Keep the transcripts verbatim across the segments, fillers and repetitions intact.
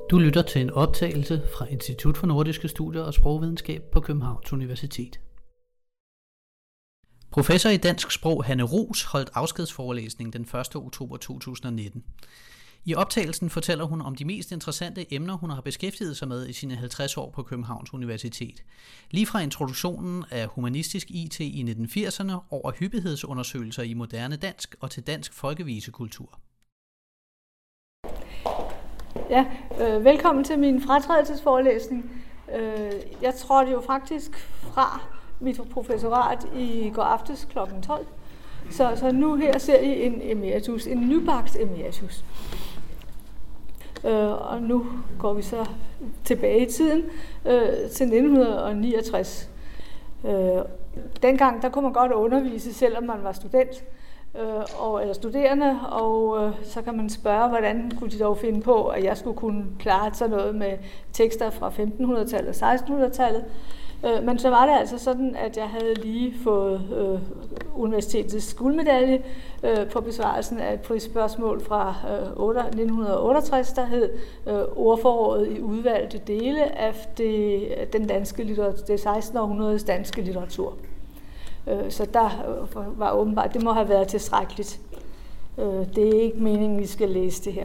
Du lytter til en optagelse fra Institut for Nordiske Studier og Sprogvidenskab på Københavns Universitet. Professor i dansk sprog Hanne Roos holdt afskedsforelæsning den første oktober to tusind nitten. I optagelsen fortæller hun om de mest interessante emner, hun har beskæftiget sig med i sine halvtreds år på Københavns Universitet. Lige fra introduktionen af humanistisk I T i nitten firserne over hyppighedsundersøgelser i moderne dansk og til dansk folkevisekultur. Ja, øh, velkommen til min fratrædelsesforelæsning. Øh, jeg trådte jo faktisk fra mit professorat i går aftes klokken tolv. Så, så nu her ser I en emeritus, en nybagt emeritus. Øh, og nu går vi så tilbage i tiden øh, til nitten niogtres. Øh, dengang der kunne man godt undervise, selvom man var student. Øh, og, eller studerende, og øh, så kan man spørge, hvordan kunne de dog finde på, at jeg skulle kunne klare sådan noget med tekster fra femtenhundredetallet og sekstenhundredetallet. Øh, men så var det altså sådan, at jeg havde lige fået øh, universitetets guldmedalje øh, på besvarelsen af et prisspørgsmål fra øh, nitten otteogtres, der hed øh, ordforrådet i udvalgte dele af det, den danske litteratur, det sekstende århundredes danske litteratur. Så der var åbenbart, det må have været tilstrækkeligt. Det er ikke meningen, vi skal læse det her.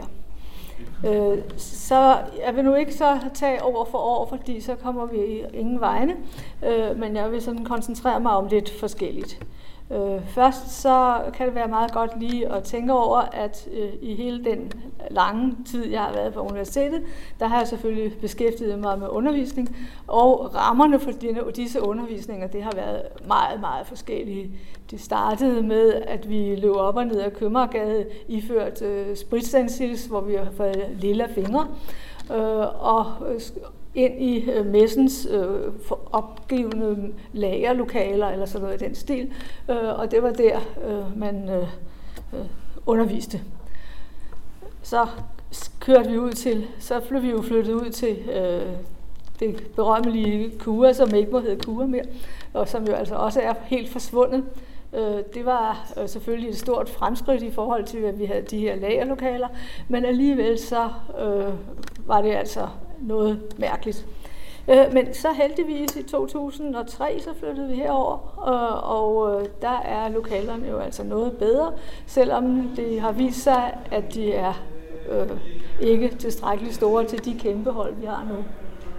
Så jeg vil nu ikke så tage over for år, fordi så kommer vi ingen vegne, men jeg vil sådan koncentrere mig om lidt forskelligt. Først så kan det være meget godt lige at tænke over, at i hele den lange tid, jeg har været på universitetet, der har jeg selvfølgelig beskæftiget mig med undervisning, og rammerne for disse undervisninger, det har været meget, meget forskellige. Det startede med, at vi løb op og ned ad Købmagergade, iført spritstensils, hvor vi har fået lilla fingre, og ind i øh, messens øh, opgivende lagerlokaler, eller sådan noget i den stil, øh, og det var der, øh, man øh, øh, underviste. Så kørte vi ud til, så blev vi jo flyttet ud til øh, det berømmelige K U A, som ikke må hedde K U A mere, og som jo altså også er helt forsvundet. Øh, det var øh, selvfølgelig et stort fremskridt i forhold til, at vi havde de her lagerlokaler, men alligevel så øh, var det altså noget mærkeligt. Øh, men så heldigvis i to tusind og tre, så flyttede vi herover, øh, og øh, der er lokalerne jo altså noget bedre, selvom det har vist sig, at de er øh, ikke tilstrækkeligt store til de kæmpe hold, vi har nu.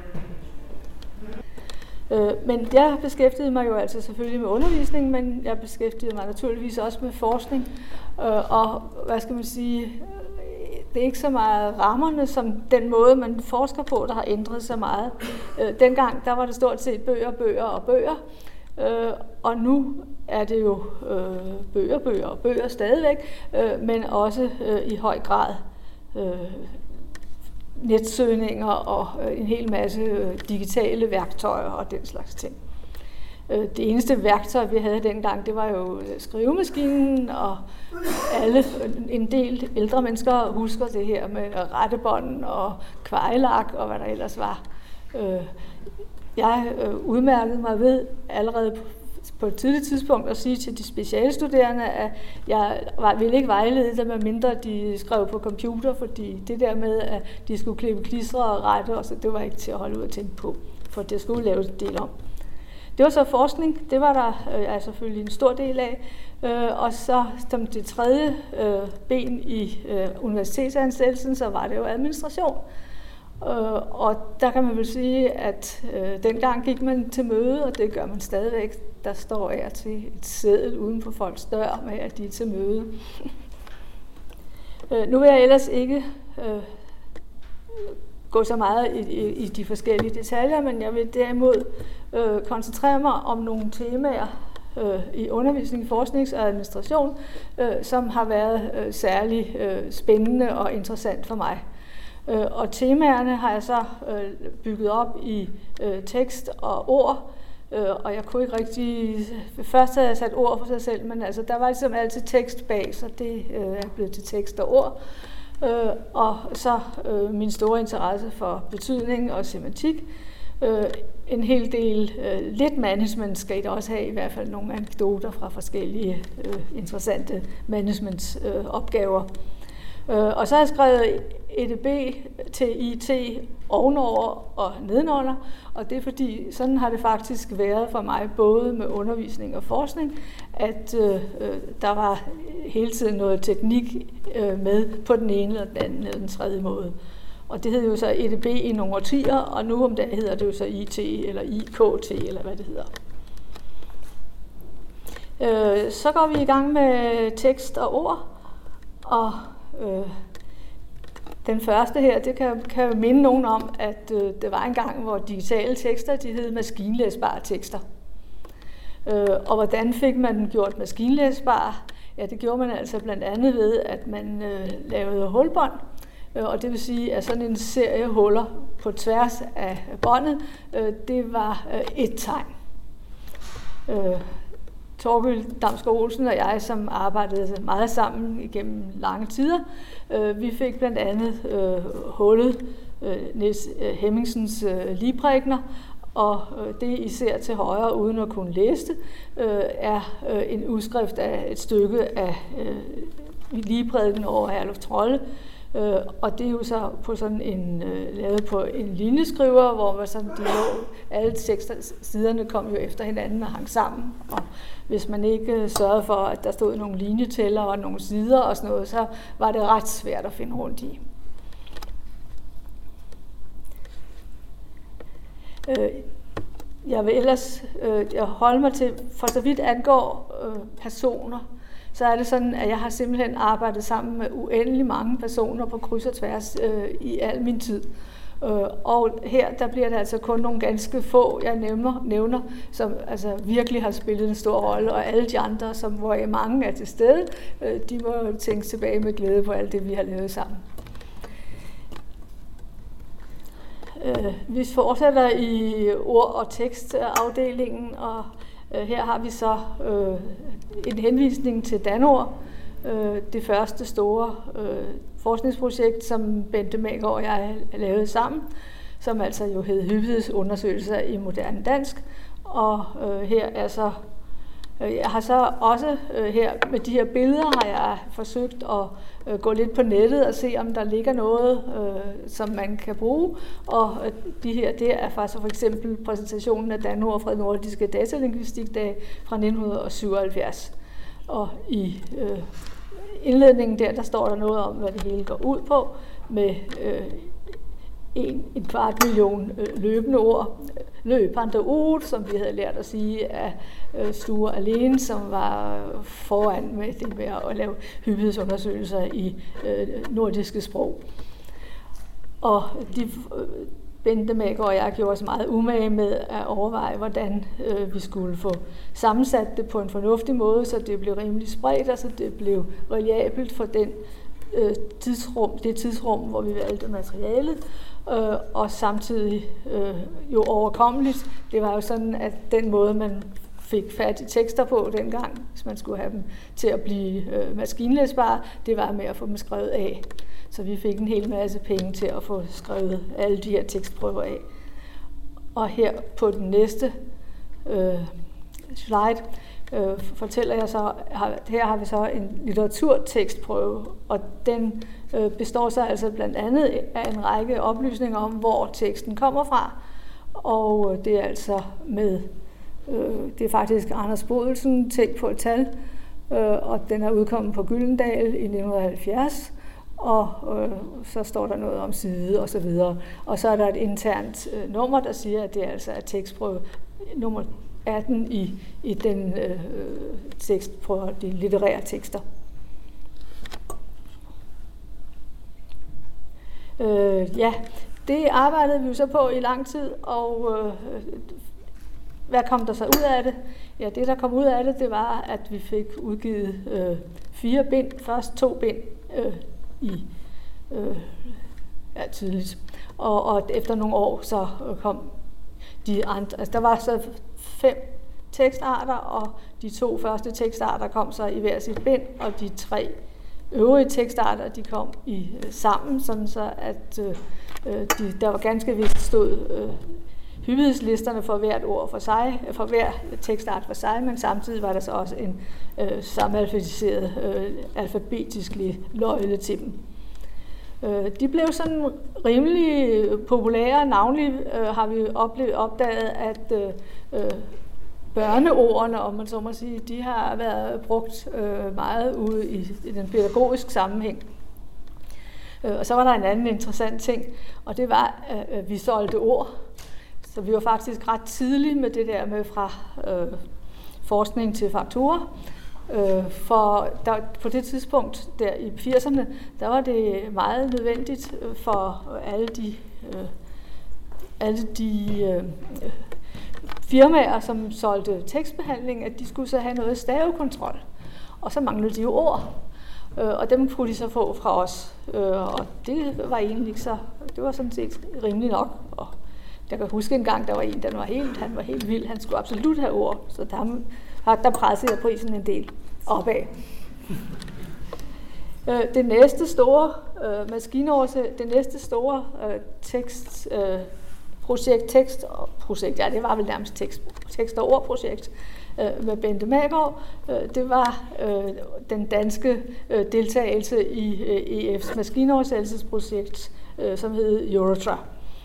Øh, men jeg beskæftigede mig jo altså selvfølgelig med undervisning, men jeg beskæftigede mig naturligvis også med forskning, øh, og hvad skal man sige, det er ikke så meget rammerne som den måde, man forsker på, der har ændret sig meget. Øh, dengang der var det stort set bøger, bøger og bøger, øh, og nu er det jo øh, bøger, bøger og bøger stadigvæk, øh, men også øh, i høj grad øh, netsøgninger og øh, en hel masse øh, digitale værktøjer og den slags ting. Det eneste værktøj, vi havde dengang, det var jo skrivemaskinen, og alle, en del ældre mennesker husker det her med rettebånd og kvejelak og hvad der ellers var. Jeg udmærkede mig ved allerede på et tidligt tidspunkt at sige til de specialstuderende, at jeg ville ikke vejlede dem, medmindre de skrev på computer, fordi det der med, at de skulle klippe klistre og rette, og så, det var ikke til at holde ud at tænke på, for det skulle laves en del om. Det var så forskning, det var der øh, er selvfølgelig en stor del af, øh, og så som det tredje øh, ben i øh, universitetsansættelsen, så var det jo administration. Øh, og der kan man vel sige, at øh, dengang gik man til møde, og det gør man stadigvæk. Der står af til et seddel uden for folks dør med, at de er til møde. øh, nu vil jeg ellers ikke øh, gå så meget i, i, i de forskellige detaljer, men jeg vil derimod øh, koncentrere mig om nogle temaer øh, i undervisning, forskning og administration, øh, som har været øh, særlig øh, spændende og interessant for mig. Øh, og temaerne har jeg så øh, bygget op i øh, tekst og ord, øh, og jeg kunne ikke rigtig... Først havde jeg sat ord for sig selv, men altså, der var ligesom altid tekst bag, så det øh, er blevet til tekst og ord. Øh, og så øh, min store interesse for betydning og semantik. Øh, en hel del, øh, lidt management skal I da også have, i hvert fald nogle anekdoter fra forskellige øh, interessante managementsopgaver. Øh, og så har jeg skrevet E D B til I T ovenover og nedenunder, og det er fordi, sådan har det faktisk været for mig, både med undervisning og forskning, at øh, der var hele tiden noget teknik øh, med på den ene eller den anden eller den tredje måde. Og det hed jo så E D B i nogle årtier, og nu om dagen hedder det jo så I T eller I K T, eller hvad det hedder. Øh, så går vi i gang med tekst og ord, og øh, den første her, det kan, kan jo minde nogen om, at øh, det var en gang, hvor digitale tekster, de hed maskinlæsbare tekster. Øh, og hvordan fik man den gjort maskinlæsbare? Ja, det gjorde man altså blandt andet ved, at man øh, lavede hulbånd, øh, og det vil sige, at sådan en serie huller på tværs af båndet, øh, det var øh, et tegn. Øh, Torkild Damsgaard Olsen og jeg, som arbejdede meget sammen igennem lange tider, øh, vi fik blandt andet øh, hullet øh, Niels Hemmingsens øh, ligprædikener, og øh, det især til højre, uden at kunne læse det, øh, er øh, en udskrift af et stykke af øh, ligprædiken over Herluf Trolle, øh, og det er jo så på sådan en, øh, lavet på en linjeskriver, hvor man sådan, de lå, alle tekster, siderne kom jo efter hinanden og hang sammen, og hvis man ikke sørgede for, at der stod nogle linjetæller og nogle sider og sådan noget, så var det ret svært at finde rundt i. Jeg vil ellers jeg holde mig til, for så vidt angår personer, så er det sådan, at jeg har simpelthen arbejdet sammen med uendelig mange personer på kryds og tværs i al min tid. Og her der bliver det altså kun nogle ganske få, jeg nævner, nævner som altså virkelig har spillet en stor rolle, og alle de andre, som hvor mange er til stede, de må tænke tilbage med glæde på alt det, vi har lavet sammen. Vi fortsætter i ord- og tekstafdelingen, og her har vi så en henvisning til Danord, det første store forskningsprojekt, som Bente Maegaard og jeg lavede sammen, som altså jo hed Hyppighedsundersøgelser i moderne dansk. Og øh, her er så, øh, jeg har så også øh, her med de her billeder har jeg forsøgt at øh, gå lidt på nettet og se, om der ligger noget, øh, som man kan bruge. Og øh, de her, det er faktisk for eksempel præsentationen af Danord fra Nordiske Datalingvistikdage fra nitten syvoghalvfjerds. Og i øh, indledningen der, der står der noget om, hvad det hele går ud på, med øh, en, en kvart million øh, løbende ord. Løbende ord, som vi havde lært at sige af øh, Sture Alene, som var foran med det med at lave hyppighedsundersøgelser i øh, nordiske sprog. Og de øh, Bente Maegaard og jeg gjorde os meget umage med at overveje, hvordan øh, vi skulle få sammensat det på en fornuftig måde, så det blev rimelig spredt, og så det blev reliabelt for den, øh, tidsrum, det tidsrum, hvor vi valgte materialet, øh, og samtidig øh, jo overkommeligt. Det var jo sådan, at den måde, man fik fat i tekster på dengang, hvis man skulle have dem til at blive øh, maskinlæsbare, det var med at få dem skrevet af. Så vi fik en hel masse penge til at få skrevet alle de her tekstprøver af. Og her på den næste øh, slide øh, fortæller jeg så, her har vi så en litteraturtekstprøve, og den øh, består så altså blandt andet af en række oplysninger om, hvor teksten kommer fra. Og det er altså med, øh, det er faktisk Anders Bodelsen, Tænk på et tal, øh, og den er udkommet på Gyldendal i nitten halvfjerds. Og øh, så står der noget om side og så videre. Og så er der et internt øh, nummer, der siger, at det altså er tekstprøve nummer atten i, i den øh, tekstprøve, de litterære tekster. Øh, ja, det arbejdede vi jo så på i lang tid, og øh, hvad kom der så ud af det? Ja, det der kom ud af det, det var, at vi fik udgivet øh, fire bind, først to bind, øh, i øh, ja, tidligt. Og, og efter nogle år, så kom de andre, altså der var så fem tekstarter, og de to første tekstarter kom så i hver sit bind, og de tre øvrige tekstarter, de kom i øh, sammen, sådan så at øh, de, der var ganske vist stod øh, hyppighedslisterne for hvert ord for sig, for hver tekstart for sig, men samtidig var der så også en øh, samalfabetiseret øh, alfabetisk løjle til dem. Øh, de blev sådan rimelig populære. Navnlig øh, har vi oplevet, opdaget, at øh, børneordene, om man så må sige, de har været brugt øh, meget ude i, i den pædagogiske sammenhæng. Øh, og så var der en anden interessant ting, og det var, at øh, vi solgte ord. Så vi var faktisk ret tidlige med det der med fra øh, forskning til faktura. Øh, for der, på det tidspunkt, der i firserne, der var det meget nødvendigt for alle de, øh, alle de øh, firmaer, som solgte tekstbehandling, at de skulle så have noget stavekontrol. Og så manglede de jo ord, øh, og dem kunne de så få fra os. Øh, og det var egentlig ikke så, det var sådan set rimelig nok. Og jeg kan huske en gang, der var en, der var helt, han var helt vild, han skulle absolut have ord, så der, der pressede jeg prisen en del opad. Øh, det næste store øh, maskinoversæt, det næste store øh, tekst, øh, projekt, tekst og projekt, ja, det var vel nærmest tekst, tekst- og ordprojekt øh, med Bente Magaard. Øh, det var øh, den danske øh, deltagelse i øh, E F's maskinoversættelsesprojekt, øh, som hed Eurotra.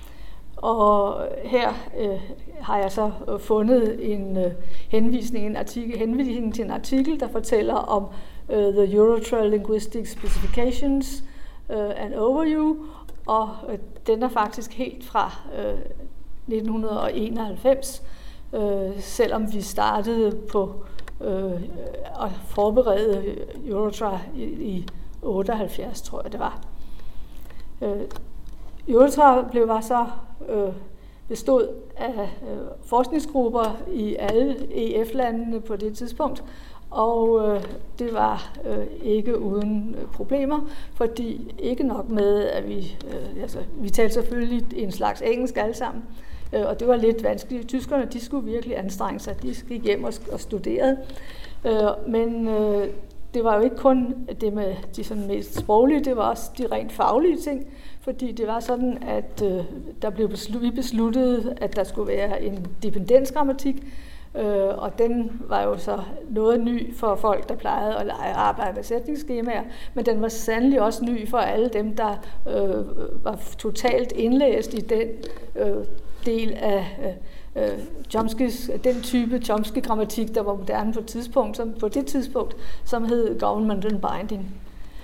Og her øh, har jeg så fundet en øh, henvisning, en artikel, henvisning til en artikel, der fortæller om øh, The Eurotra Linguistic Specifications, øh, an overview, og øh, den er faktisk helt fra øh, nitten enoghalvfems, øh, selvom vi startede på øh, at forberede Eurotra i, i otteoghalvfjerds, tror jeg det var. Øh, Eurotra blev var så øh, bestod af øh, forskningsgrupper i alle E F-landene på det tidspunkt, og øh, det var øh, ikke uden øh, problemer, fordi ikke nok med, at vi, øh, altså, vi talte selvfølgelig en slags engelsk alle sammen, øh, og det var lidt vanskeligt. Tyskerne, de skulle virkelig anstrenge sig, de gik hjem og, og studerede, øh, men øh, det var jo ikke kun det med de sådan mest sproglige, det var også de rent faglige ting, fordi det var sådan, at øh, der blev beslut, vi besluttede, at der skulle være en dependensgrammatik, øh, og den var jo så noget ny for folk, der plejede at arbejde med sætningsskemaer, men den var sandelig også ny for alle dem, der øh, var totalt indlæst i den øh, del af øh, Chomskys, den type Chomsky-grammatik, der var moderne på et tidspunkt, som på det tidspunkt, som hed Government and Binding.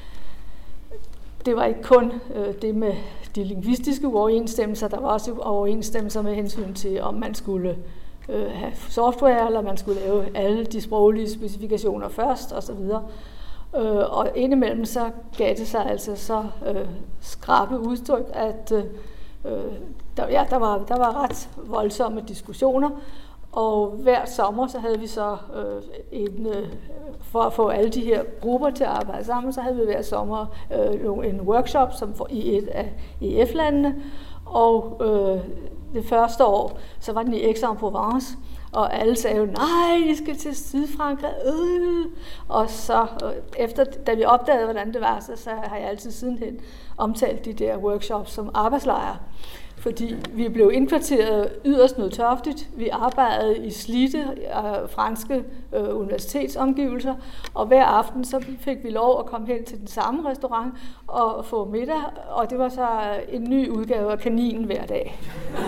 Det var ikke kun øh, det med de lingvistiske uoverensstemmelser, der var også overensstemmelser med hensyn til, om man skulle øh, have software, eller man skulle lave alle de sproglige specifikationer først, osv. Øh, og indimellem så gav det sig altså så øh, skrappe udtryk, at øh, der, ja, der, var, der var ret voldsomme diskussioner, og hver sommer så havde vi så øh, en, øh, for at få alle de her grupper til at arbejde sammen, så havde vi hver sommer øh, en workshop som for, i et af E F-landene, og øh, det første år, så var den i Aix-en-Provence, og alle sagde jo, nej, I skal til Sydfrankrig, øh. Og så øh, efter, da vi opdagede, hvordan det var, så, så har jeg altid sidenhen omtalt de der workshops som arbejdslejre. Fordi vi blev indkvarteret yderst nødtørftigt. Vi arbejdede i slidte øh, franske øh, universitetsomgivelser, og hver aften så fik vi lov at komme hen til den samme restaurant og få middag, og det var så en ny udgave af Kaninen hver dag.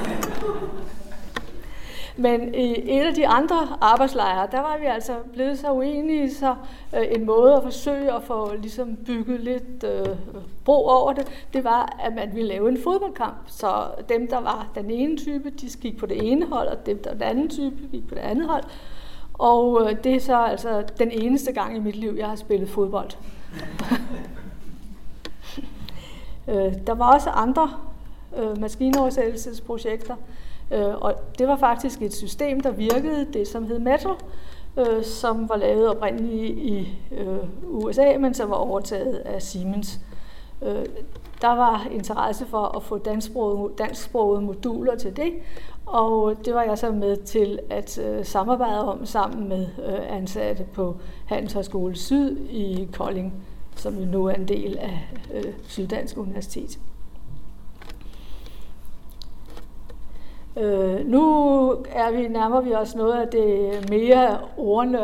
Men i et af de andre arbejdslejre, der var vi altså blevet så uenige, så øh, en måde at forsøge at få ligesom bygget lidt øh, bro over det, det var, at man ville lave en fodboldkamp. Så dem, der var den ene type, de gik på det ene hold, og dem, der var den anden type, gik på det andet hold. Og øh, det er så altså den eneste gang i mit liv, jeg har spillet fodbold. øh, der var også andre øh, maskinoversættelsesprojekter. Uh, og det var faktisk et system, der virkede, det som hed Metal, uh, som var lavet oprindeligt i uh, U S A, men som var overtaget af Siemens. Uh, der var interesse for at få dansksprogede, dansksprogede moduler til det, og det var jeg så med til at uh, samarbejde om sammen med uh, ansatte på Handelshøjskole Syd i Kolding, som jo nu er en del af uh, Syddansk Universitet. Øh, nu er vi, nærmer vi os noget af det mere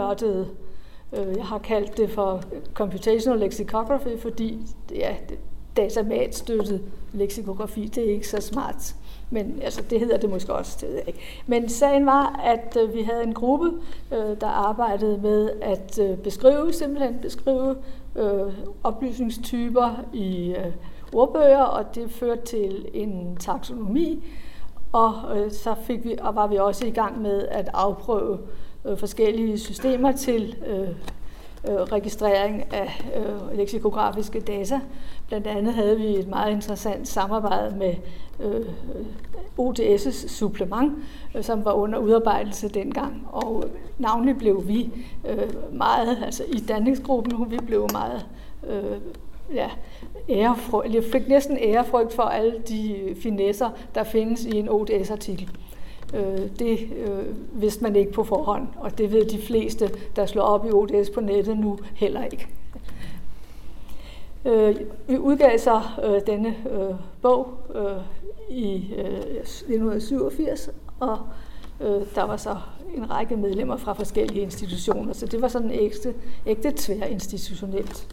ordnørdede. Øh, jeg har kaldt det for computational lexicography, fordi ja, det, datamatstøttet leksikografi. Det er ikke så smart, men altså, det hedder det måske også, det ved jeg ikke. Men sagen var, at øh, vi havde en gruppe, øh, der arbejdede med at øh, beskrive, simpelthen beskrive øh, oplysningstyper i øh, ordbøger, og det førte til en taksonomi, og øh, så fik vi, og var vi også i gang med at afprøve øh, forskellige systemer til øh, øh, registrering af øh, leksikografiske data. Blandt andet havde vi et meget interessant samarbejde med øh, O D S' supplement, øh, som var under udarbejdelse dengang, og navnlig blev vi øh, meget, altså i Danmarksgruppen, vi blev meget øh, ja, ærefrygt, jeg fik næsten ærefrygt for alle de finesser, der findes i en O D S-artikel. Det øh, vidste man ikke på forhånd, og det ved de fleste, der slår op i O D S på nettet nu, heller ikke. Øh, vi udgav så øh, denne øh, bog øh, i øh, nitten syvogfirs, og øh, der var så en række medlemmer fra forskellige institutioner, så det var sådan ægte, ægte tværinstitutionelt.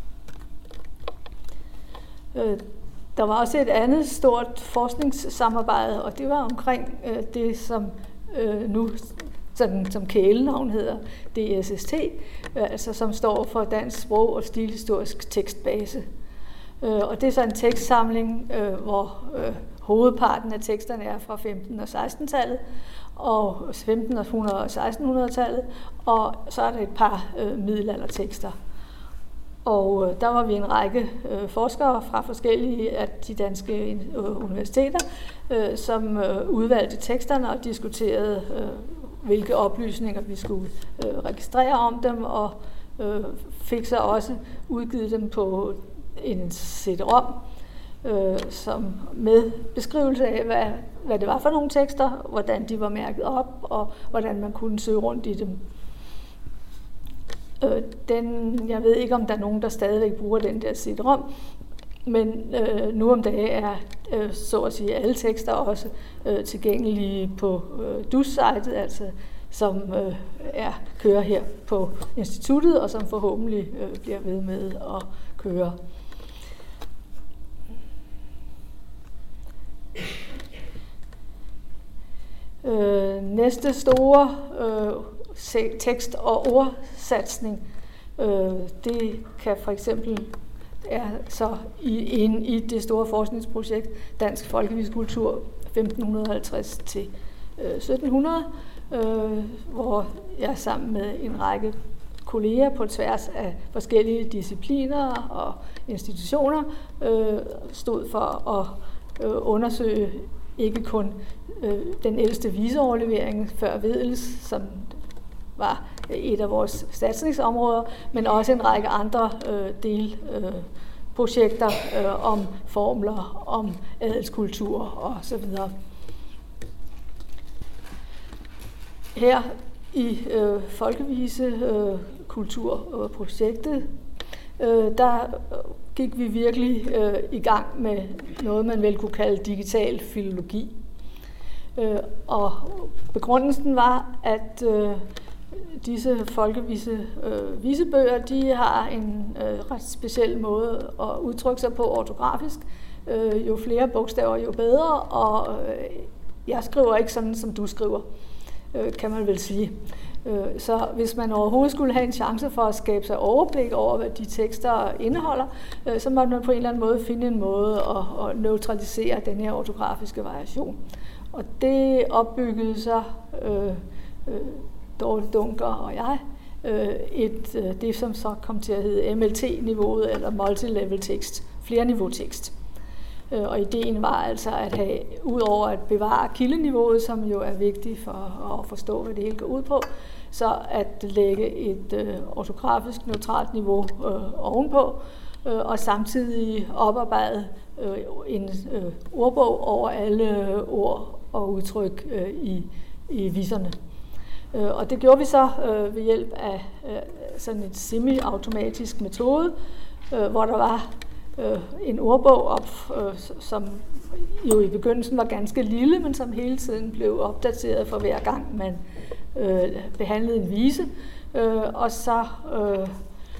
Øh, Der var også et andet stort forskningssamarbejde, og det var omkring øh, det, som øh, nu sådan, som kælenavn hedder D S S T, øh, altså som står for Dansk Sprog- og Stilhistorisk Tekstbase. Øh, og det er så en tekstsamling, øh, hvor øh, hovedparten af teksterne er fra femten- og seksten-tallet, og femten-hundrede- og seksten-hundrede-tallet, og så er der et par øh, middelaldertekster. Og øh, der var vi en række øh, forskere fra forskellige af de danske øh, universiteter, øh, som øh, udvalgte teksterne og diskuterede, øh, hvilke oplysninger vi skulle øh, registrere om dem, og øh, fik så også udgivet dem på en C D-rom, øh, som med beskrivelse af, hvad, hvad det var for nogle tekster, hvordan de var mærket op, og hvordan man kunne søge rundt i dem. Den, jeg ved ikke, om der er nogen, der stadigvæk bruger den der C D-rom, men øh, nu om dagen er øh, så at sige alle tekster også øh, tilgængelige på øh, D U S-sitet, altså som øh, er, kører her på instituttet, og som forhåbentlig øh, bliver ved med at køre. Øh, næste store øh, tekst- og ordsatsning, øh, det kan for eksempel er så i, en, i det store forskningsprojekt Dansk Folkevisekultur femten halvtreds til sytten hundrede, øh, hvor jeg sammen med en række kolleger på tværs af forskellige discipliner og institutioner øh, stod for at øh, undersøge ikke kun øh, den ældste viseoverlevering før Wedels, som var et af vores satsningsområder, men også en række andre øh, delprojekter øh, øh, om formler, om adelskultur og så videre. Her i øh, Folkevisekulturprojektet, øh, øh, der gik vi virkelig øh, i gang med noget, man vel kunne kalde digital filologi. Øh, og begrundelsen var, at øh, disse folkevise øh, visebøger, de har en øh, ret speciel måde at udtrykke sig på ortografisk. Øh, jo flere bogstaver, jo bedre, og øh, jeg skriver ikke sådan, som du skriver, øh, kan man vel sige. Øh, så hvis man overhovedet skulle have en chance for at skabe sig overblik over, hvad de tekster indeholder, øh, så må man på en eller anden måde finde en måde at, at neutralisere den her ortografiske variation. Og det opbyggede så øh, øh, Dorte Dunker og jeg, øh, et, øh, det som så kom til at hedde M L T-niveauet, eller multilevel tekst, flerniveau-tekst. Øh, og ideen var altså at have, udover at bevare kildeniveauet, som jo er vigtigt for at forstå, hvad det hele går ud på, så at lægge et øh, ortografisk neutralt niveau øh, ovenpå, øh, og samtidig oparbejde øh, en øh, ordbog over alle ord og udtryk øh, i, i viserne. Øh, og det gjorde vi så øh, ved hjælp af øh, sådan et semi-automatisk metode, øh, hvor der var øh, en ordbog op, øh, som jo i begyndelsen var ganske lille, men som hele tiden blev opdateret for hver gang man øh, behandlede en vise. Øh, og så øh,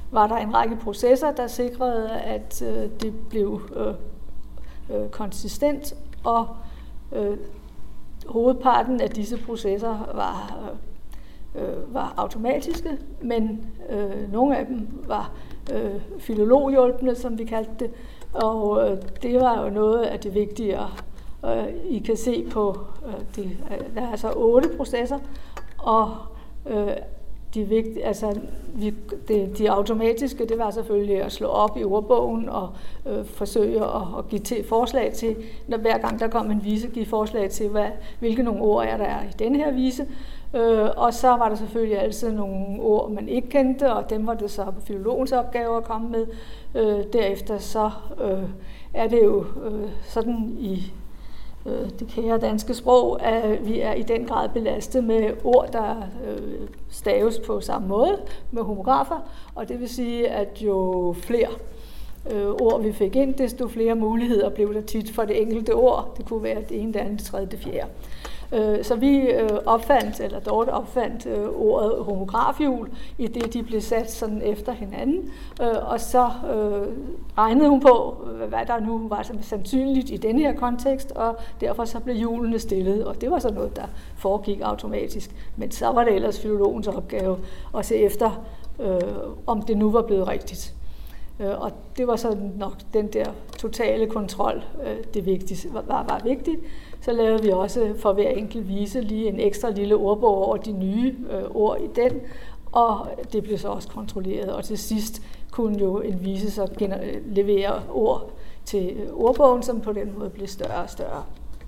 var der en række processer, der sikrede, at øh, det blev øh, øh, konsistent, og øh, hovedparten af disse processer var, øh, var automatiske, men øh, nogle af dem var øh, filologhjulpende, som vi kaldte det, og øh, det var jo noget af det vigtigere. Øh, I kan se på, øh, de, der er altså otte processer, og øh, de, vigtige, altså, vi, de, de automatiske, det var selvfølgelig at slå op i ordbogen og øh, forsøge at, at give til forslag til, når hver gang der kom en vise, give forslag til, hvad, hvilke nogle ord er der er i denne her vise. Øh, og så var der selvfølgelig altid nogle ord, man ikke kendte, og dem var det så filologens opgave at komme med. Øh, derefter så øh, er det jo øh, sådan i det kære danske sprog, at vi er i den grad belastet med ord, der staves på samme måde med homografer, og det vil sige, at jo flere ord vi fik ind, desto flere muligheder blev der tit for det enkelte ord. Det kunne være det ene, det andet, det tredje, det fjerde. Så vi opfandt, eller Dorte opfandt ordet homografhjul, i det de blev sat sådan efter hinanden, og så regnede hun på, hvad der nu var sandsynligt i denne her kontekst, og derfor så blev hjulene stillet, og det var så noget, der foregik automatisk. Men så var det ellers filologens opgave at se efter, om det nu var blevet rigtigt. Og det var så nok den der totale kontrol, det vigtigste, var, var vigtigt. Så lavede vi også for hver enkelt vise lige en ekstra lille ordbog over de nye øh, ord i den, og det blev så også kontrolleret. Og til sidst kunne jo en vise så gener- levere ord til ordbogen, som på den måde blev større og større.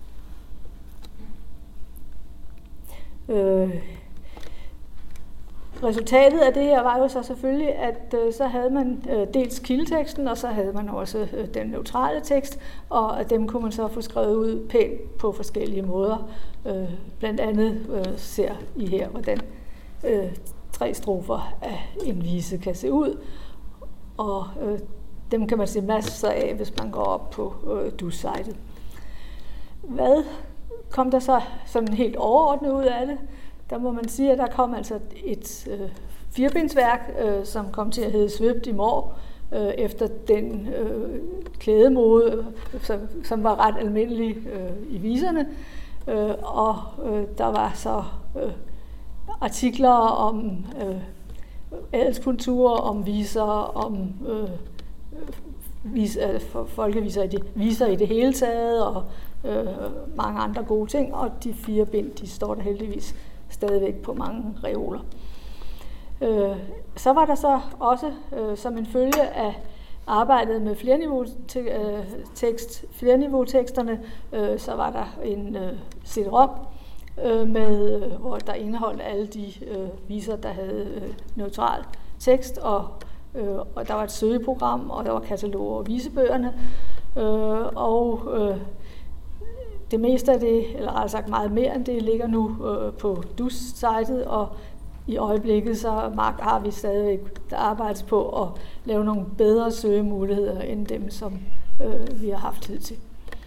Øh. Resultatet af det her var jo så selvfølgelig, at øh, så havde man øh, dels kildeteksten, og så havde man også øh, den neutrale tekst, og at dem kunne man så få skrevet ud pænt på forskellige måder. Øh, blandt andet øh, ser I her, hvordan øh, tre strofer af en vise kan se ud, og øh, dem kan man se masser af, hvis man går op på øh, D U S-sitet. Hvad kom der så sådan helt overordnet ud af det? Der må man sige, at der kom altså et øh, firebindsværk, øh, som kom til at hedde Svøbt i Mår, øh, efter den øh, klædemode, øh, som, som var ret almindelig øh, i viserne. Øh, og øh, der var så øh, artikler om øh, adelskultur, om viser, om øh, vis, øh, folkeviser i det, viser i det hele taget, og øh, mange andre gode ting. Og de fire bind, de står der heldigvis stadigvæk på mange reoler. Øh, så var der så også, øh, som en følge af arbejdet med flernivå-tekst, flernivå-teksterne, øh, så var der en øh, C D-ROM, øh, med, øh, hvor der indeholdt alle de øh, viser, der havde øh, neutral tekst, og, øh, og der var et søgeprogram, og der var kataloger og visebøgerne, øh, og øh, det meste af det, eller rettere sagt meget mere end det, ligger nu øh, på D U S-sitet, og i øjeblikket så har vi stadigvæk, der arbejdes på at lave nogle bedre søgemuligheder end dem, som øh, vi har haft tid til.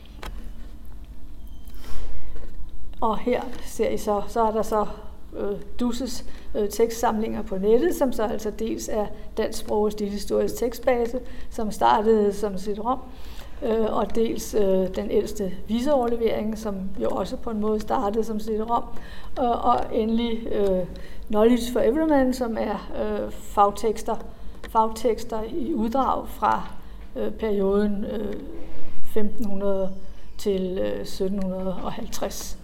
Og her ser I så, så er der så øh, D U S' øh, tekstsamlinger på nettet, som så altså dels er Dansk Sprog og Stilhistorisk Tekstbase, som startede som C D-ROM, øh, og dels øh, den ældste viseoverlevering, som jo også på en måde startede som C D-ROM, øh, og endelig øh, Knowledge for Everyman, som er øh, fagtekster, fagtekster i uddrag fra øh, perioden øh, femten hundrede til øh, sytten halvtreds.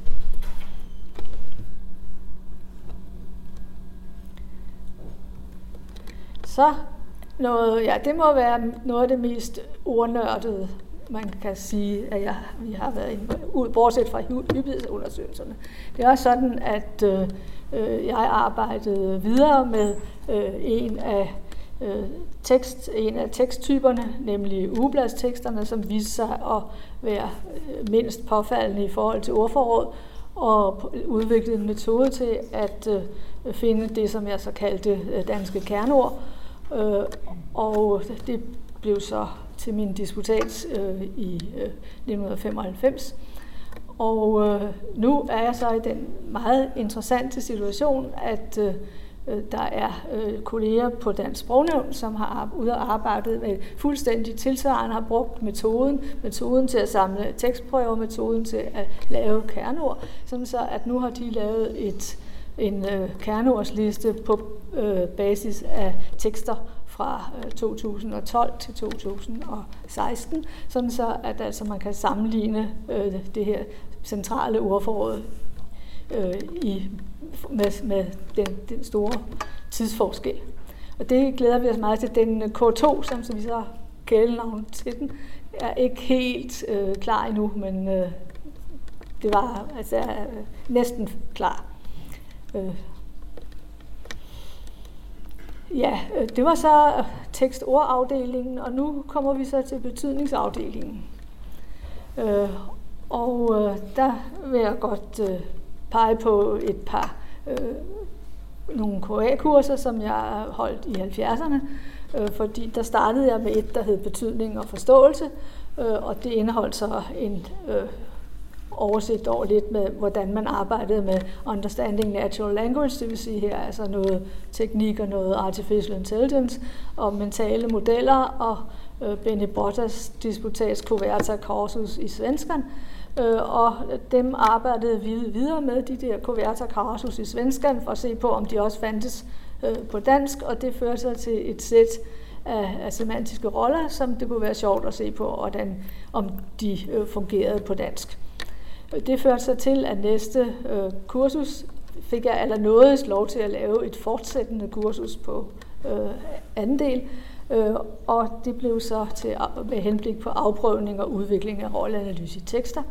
Så noget, ja, det må være noget af det mest ordnørdede, man kan sige, at jeg, vi har været ud, bortset fra hyppighedsundersøgelserne. Det er også sådan, at øh, jeg arbejdede videre med øh, en af øh, tekst, en af teksttyperne, nemlig ugebladsteksterne, som viste sig at være mindst påfaldende i forhold til ordforråd, og udviklede en metode til at øh, finde det, som jeg så kaldte øh, danske kerneord. Øh, og det blev så til min disputats øh, i øh, nitten femoghalvfems. Og øh, nu er jeg så i den meget interessante situation, at øh, Der er øh, kolleger på Dansk Sprognævn, som har ude og arbejdet med fuldstændig tilsvarende, har brugt metoden, metoden til at samle tekstprøver, metoden til at lave kerneord, sådan så at nu har de lavet et, en øh, kerneordsliste på øh, basis af tekster fra øh, to tusind og tolv til to tusind og seksten, sådan så at altså, man kan sammenligne øh, det her centrale ordforråd øh, i med, med den, den store tidsforskel. Og det glæder vi os meget til. Den K to, som så vi så kælenavn til den, er ikke helt øh, klar endnu, men øh, det var altså øh, næsten klar. Øh. Ja, øh, det var så tekst-ord-afdelingen, og nu kommer vi så til betydningsafdelingen. Øh, og øh, der vil jeg godt øh, pege på et par øh, nogle K A-kurser, som jeg holdt i halvfjerdserne, øh, fordi der startede jeg med et, der hed betydning og forståelse, øh, og det indeholdt så en øh, oversigt over lidt med, hvordan man arbejdede med understanding natural language, det vil sige her altså noget teknik og noget artificial intelligence og mentale modeller og øh, Benny Bottas disputats Coverta Cursus i svenskan. Øh, og dem arbejdede vi videre med, de der Coverta Cursus i svenskan, for at se på, om de også fandtes øh, på dansk, og det førte sig til et sæt af, af semantiske roller, som det kunne være sjovt at se på, hvordan, om de øh, fungerede på dansk. Det førte sig til, at næste øh, kursus fik jeg allernådigst lov til at lave et fortsættende kursus på øh, anden del, øh, og det blev så til, med henblik på afprøvning og udvikling af rolleanalyse i tekster.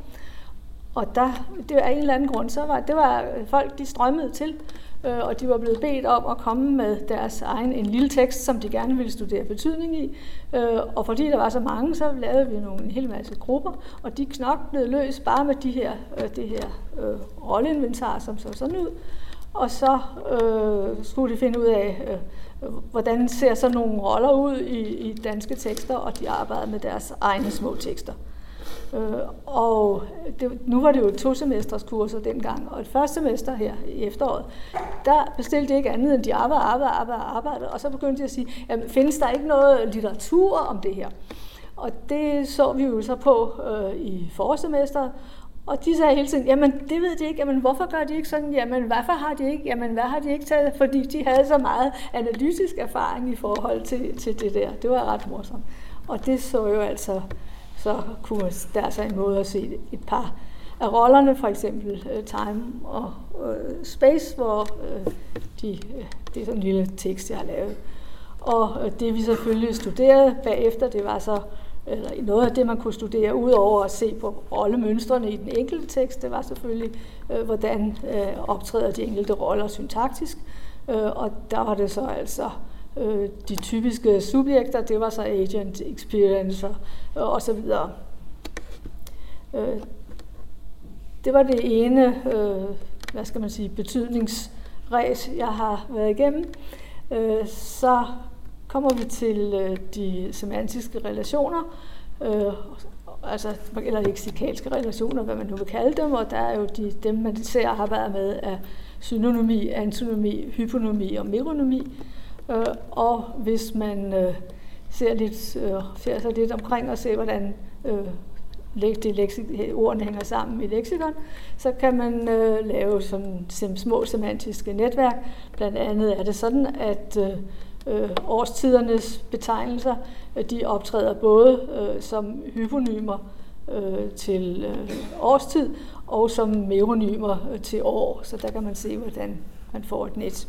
Og der, det var af en eller anden grund, så var det var folk, de strømmede til, øh, og de var blevet bedt om at komme med deres egen en lille tekst, som de gerne ville studere betydning i. Øh, og fordi der var så mange, så lavede vi nogle, en hel masse grupper, og de knoklede løs bare med de her, øh, det her øh, rolleinventar, som så sådan ud. Og så øh, skulle de finde ud af, øh, hvordan ser så nogle roller ud i, i danske tekster, og de arbejdede med deres egne små tekster. Øh, og det, nu var det jo et to semesters kurser dengang, og et første semester her i efteråret, der bestilte de ikke andet end de arbejdede, arbejdede, arbejdede, arbejdede, og så begyndte de at sige, jamen, findes der ikke noget litteratur om det her? Og det så vi jo så på øh, i forsemesteret, og de sagde hele tiden, jamen det ved de ikke, jamen hvorfor gør de ikke sådan, jamen hvorfor har de ikke, jamen hvad har de ikke taget, fordi de havde så meget analytisk erfaring i forhold til, til det der. Det var ret morsomt. Og det så jo altså, så kunne der så en måde at se et par af rollerne, for eksempel uh, time og uh, space, hvor uh, de, uh, det er sådan en lille tekst, jeg har lavet. Og uh, det vi selvfølgelig studerede bagefter, det var så eller noget af det, man kunne studere, ud over at se på rollemønstrene i den enkelte tekst, det var selvfølgelig, øh, hvordan øh, optræder de enkelte roller syntaktisk. Øh, og der var det så altså øh, de typiske subjekter, det var så agent, experience og, og så videre. Øh, det var det ene, øh, hvad skal man sige, betydningsræs, jeg har været igennem. Øh, så kommer vi til øh, de semantiske relationer, øh, altså, eller leksikalske relationer, hvad man nu vil kalde dem, og der er jo de, dem, man ser arbejder med, af synonymi, antonymi, hyponymi og meronymi. Øh, og hvis man øh, ser, lidt, øh, ser sig lidt omkring og ser, hvordan øh, det leksik- ordene hænger sammen i leksikon, så kan man øh, lave sådan små semantiske netværk. Blandt andet er det sådan, at øh, Øh, årstidernes betegnelser, de optræder både øh, som hyponymer øh, til øh, årstid og som meronymer øh, til år, så der kan man se, hvordan man får et net.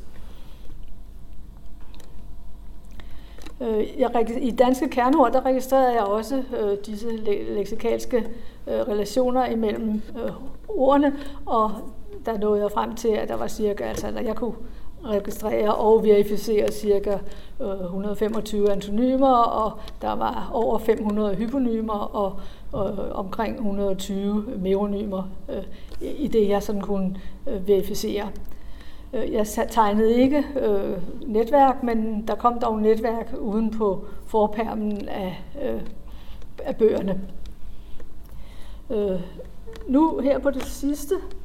Øh, jeg, I danske kerneord, der registrerede jeg også øh, disse le- leksikalske øh, relationer imellem øh, ordene, og der nåede jeg frem til, at der var cirka, altså jeg kunne registrere og verificere cirka øh, et hundrede og femogtyve antonymer, og der var over fem hundrede hyponymer og øh, omkring et hundrede og tyve meronymer øh, i det, jeg sådan kunne øh, verificere. Jeg tegnede ikke øh, netværk, men der kom dog netværk uden på forpermen af, øh, af bøgerne. Øh, nu her på det sidste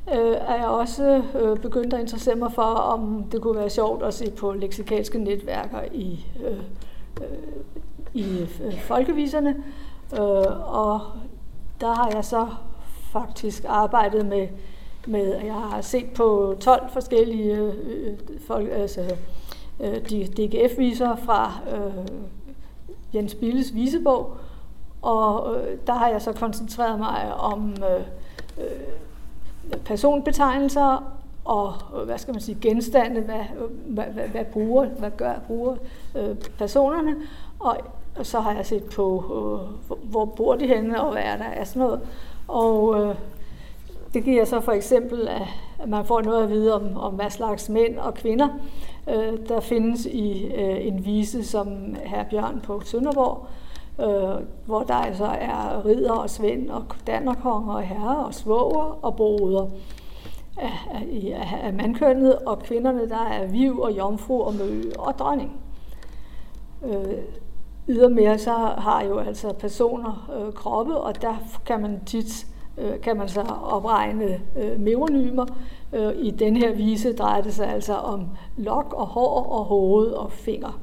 øh, er jeg også øh, begyndt at interessere mig for, om det kunne være sjovt at se på leksikalske netværker i, øh, øh, i øh, folkeviserne. Øh, og der har jeg så faktisk arbejdet med, med jeg har set på tolv forskellige øh, folk, altså, øh, D G F-viser fra øh, Jens Billes visebog, og øh, der har jeg så koncentreret mig om øh, øh, personbetegnelser og hvad skal man sige, genstande, hvad, hvad, hvad, hvad bruger, hvad gør bruger øh, personerne, og, og så har jeg set på, øh, hvor bor de henne, og hvad er der af sådan noget. Og øh, det giver så for eksempel, at man får noget at vide om, om hvad slags mænd og kvinder, øh, der findes i øh, en vise som Herre Bjørn på Sønderborg, øh, hvor der altså er ridder og svend og dannerkonger og herrer og svoger og broder af, af, af mandkønnet, og kvinderne der er viv og jomfru og mø og dronning. Øh, ydermere så har jo altså personer øh, kroppe, og der kan man tit øh, kan man så opregne øh, meronymer. Øh, I den her vise drejer det sig altså om lok og hår og hoved og finger.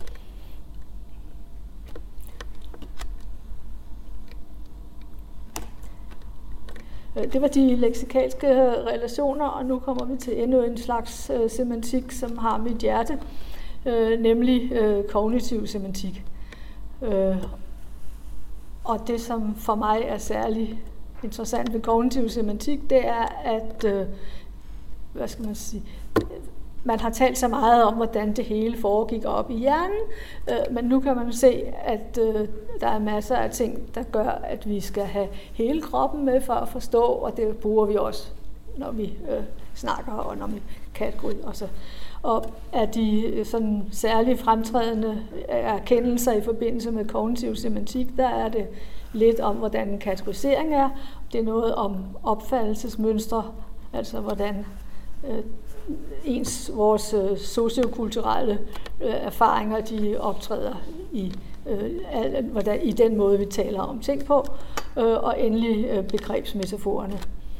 Det var de leksikalske relationer, og nu kommer vi til endnu en slags øh, semantik, som har mit hjerte, øh, nemlig øh, kognitiv semantik. Øh, og det, som for mig er særlig interessant ved kognitiv semantik, det er, at øh, hvad skal man sige, man har talt så meget om, hvordan det hele foregik op i hjernen, øh, men nu kan man se, at øh, der er masser af ting, der gør, at vi skal have hele kroppen med for at forstå, og det bruger vi også, når vi øh, snakker og når vi kategoriserer os. Og af de sådan særligt fremtrædende erkendelser i forbindelse med kognitiv semantik, der er det lidt om, hvordan en kategorisering er. Det er noget om opfattelsesmønstre, altså hvordan øh, ens, vores øh, sociokulturelle øh, erfaringer, de optræder i, øh, al, hvordan, i den måde, vi taler om ting på, øh, og endelig øh, begrebsmetaforerne.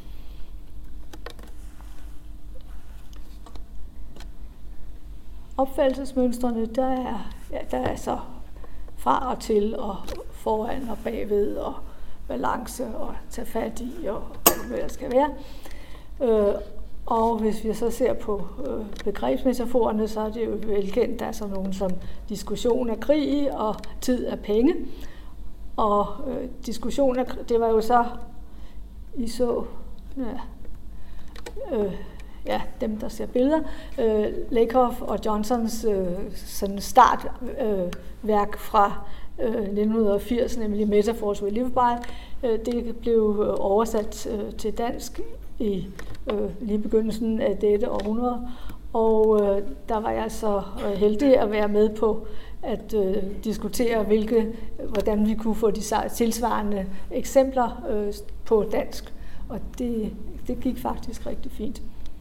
Opfattelsesmønstrene, der er, ja, der er så fra og til, og foran og bagved, og balance, og tage fat i, og hvad det skal være. Øh, og hvis vi så ser på øh, begrebsmetaforerne, så er det jo velkendt, der er sådan nogle som diskussion af krig og tid af penge. Og øh, diskussion af det var jo så, I så, ja, øh, ja, dem der ser billeder, øh, Lakoff og Johnsons øh, sådan startværk øh, fra øh, nitten firs, nemlig Metaphors We Live By. Øh, det blev oversat øh, til dansk i øh, lige begyndelsen af dette århundrede, og øh, der var jeg så øh, heldig at være med på at øh, diskutere, hvilke, hvordan vi kunne få de tilsvarende eksempler øh, på dansk, og det, det gik faktisk rigtig fint.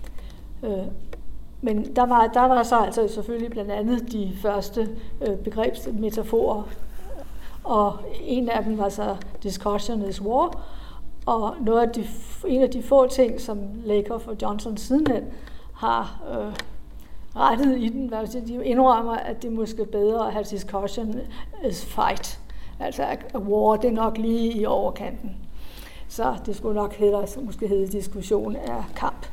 Men der var, der var så altså selvfølgelig blandt andet de første øh, begrebsmetaforer, og en af dem var så Discussion is War, og noget af de, en af de få ting, som Lakoff og Johnson sidenhen har øh, rettet i den, var, de indrømmer, at det er måske bedre at have discussion is fight, altså at war, det er nok lige i overkanten. Så det skulle nok hedde, måske hedde diskussion af kamp.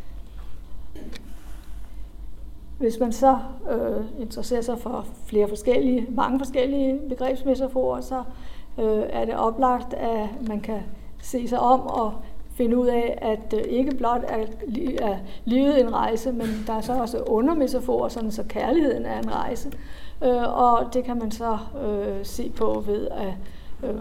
Hvis man så øh, interesserer sig for flere forskellige, mange forskellige begrebsmetaforer, så øh, er det oplagt, at man kan se sig om og finde ud af, at øh, ikke blot er, er livet en rejse, men der er så også undermetaforer, sådan så kærligheden er en rejse. Øh, og det kan man så øh, se på ved at øh,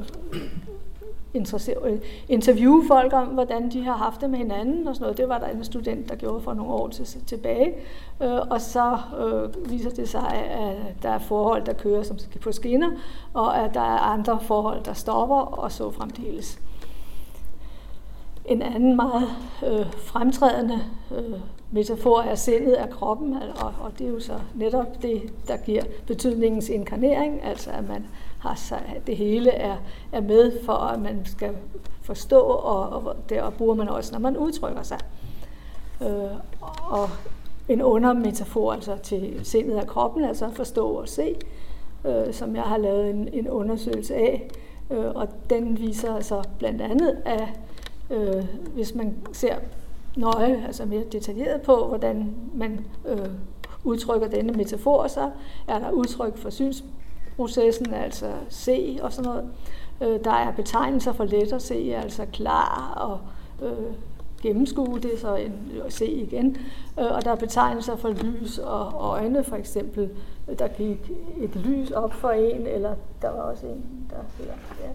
interviewe folk om, hvordan de har haft det med hinanden og sådan noget. Det var der en student, der gjorde for nogle år til, tilbage. Øh, og så øh, viser det sig, at der er forhold, der kører som på skinner, og at der er andre forhold, der stopper, og så fremdeles. En anden meget øh, fremtrædende øh, metafor er sindet af kroppen, og, og det er jo så netop det, der giver betydningens inkarnering, altså at man har sig, det hele er, er med for, at man skal forstå, og, og der bruger man også, når man udtrykker sig. Øh, og en undermetafor altså til sindet af kroppen, altså at forstå og se, øh, som jeg har lavet en, en undersøgelse af, øh, og den viser altså blandt andet, at øh, hvis man ser nøje, altså mere detaljeret på, hvordan man øh, udtrykker denne metafor, så er der udtryk for synsprocessen, altså se og sådan noget. Øh, der er betegnelser for let at se, altså klar og øh, gennemskue, det er så en se igen. Øh, og der er betegnelser for lys og øjne, for eksempel. Der gik et lys op for en, eller der var også en, der hedder, ja.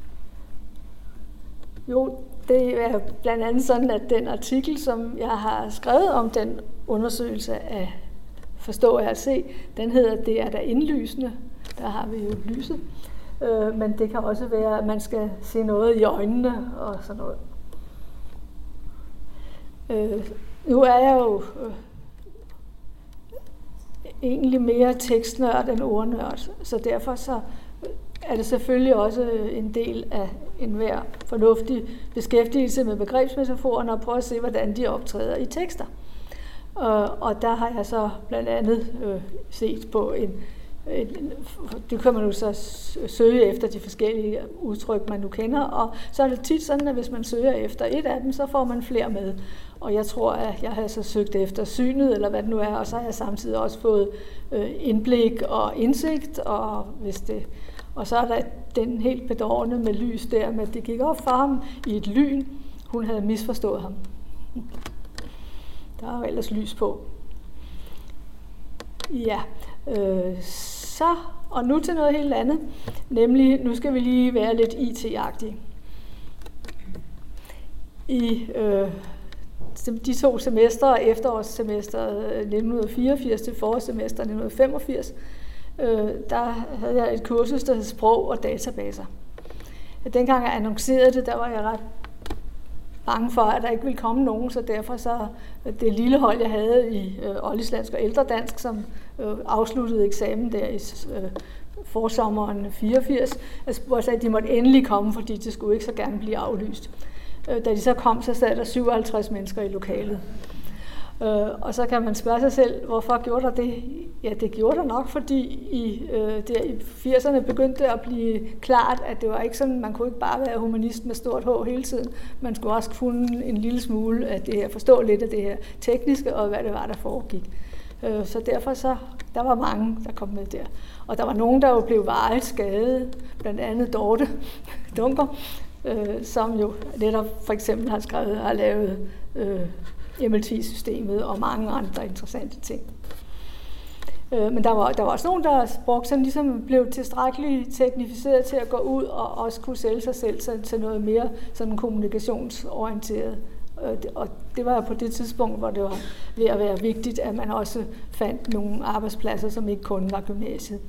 Jo, det er blandt andet sådan, at den artikel, som jeg har skrevet om den undersøgelse af forstå og at se, den hedder Det er da indlysende. Der har vi jo lyset. Øh, men det kan også være, at man skal se noget i øjnene og sådan noget. Øh, nu er jeg jo øh, egentlig mere tekstnørd end ordnørd, så derfor så er det selvfølgelig også en del af enhver fornuftig beskæftigelse med begrebsmetaforerne og prøve at se, hvordan de optræder i tekster. Og, og der har jeg så blandt andet øh, set på en, en, det kan man jo så søge efter de forskellige udtryk, man nu kender, og så er det tit sådan, at hvis man søger efter et af dem, så får man flere med. Og jeg tror, at jeg har så søgt efter synet, eller hvad det nu er, og så har jeg samtidig også fået øh, indblik og indsigt, og hvis det Og så er der den helt bedårende med lys der, med at det gik op for ham i et lyn. Hun havde misforstået ham. Der er jo ellers lys på. Ja, øh, så, og nu til noget helt andet. Nemlig, nu skal vi lige være lidt I T-agtige. I øh, de to semestre, efterårssemesteret nitten fireogfirs til forårssemesteret nitten femogfirs, Øh, der havde jeg et kursus, der hed Sprog og databaser. Dengang jeg annoncerede det, der var jeg ret bange for, at der ikke ville komme nogen, så derfor så det lille hold, jeg havde i øh, oldislandsk og ældredansk, som øh, afsluttede eksamen der i øh, forsommeren fireogfirs, altså, hvor jeg sagde, at de måtte endelig komme, fordi det skulle ikke så gerne blive aflyst. Øh, da de så kom, så sad der syvoghalvtreds mennesker i lokalet. Øh, og så kan man spørge sig selv, hvorfor gjorde der det? Ja, det gjorde der nok, fordi i, øh, der i firserne begyndte det at blive klart, at det var ikke sådan, man kunne ikke bare være humanist med stort H hele tiden. Man skulle også kunne en lille smule af det her, forstå lidt af det her tekniske, og hvad det var, der foregik. Øh, så derfor så, der var mange, der kom med der. Og der var nogen, der jo blev varigt skadet, blandt andet Dorte Dunker, øh, som jo netop for eksempel har skrevet og har lavet øh, M L T-systemet og mange andre interessante ting. Øh, men der var, der var også nogen, der brugte sådan ligesom blev tilstrækkeligt teknificeret til at gå ud og også kunne sælge sig selv til, til noget mere sådan kommunikationsorienteret. Øh, og det var på det tidspunkt, hvor det var ved at være vigtigt, at man også fandt nogle arbejdspladser, som ikke kun var gymnasiet.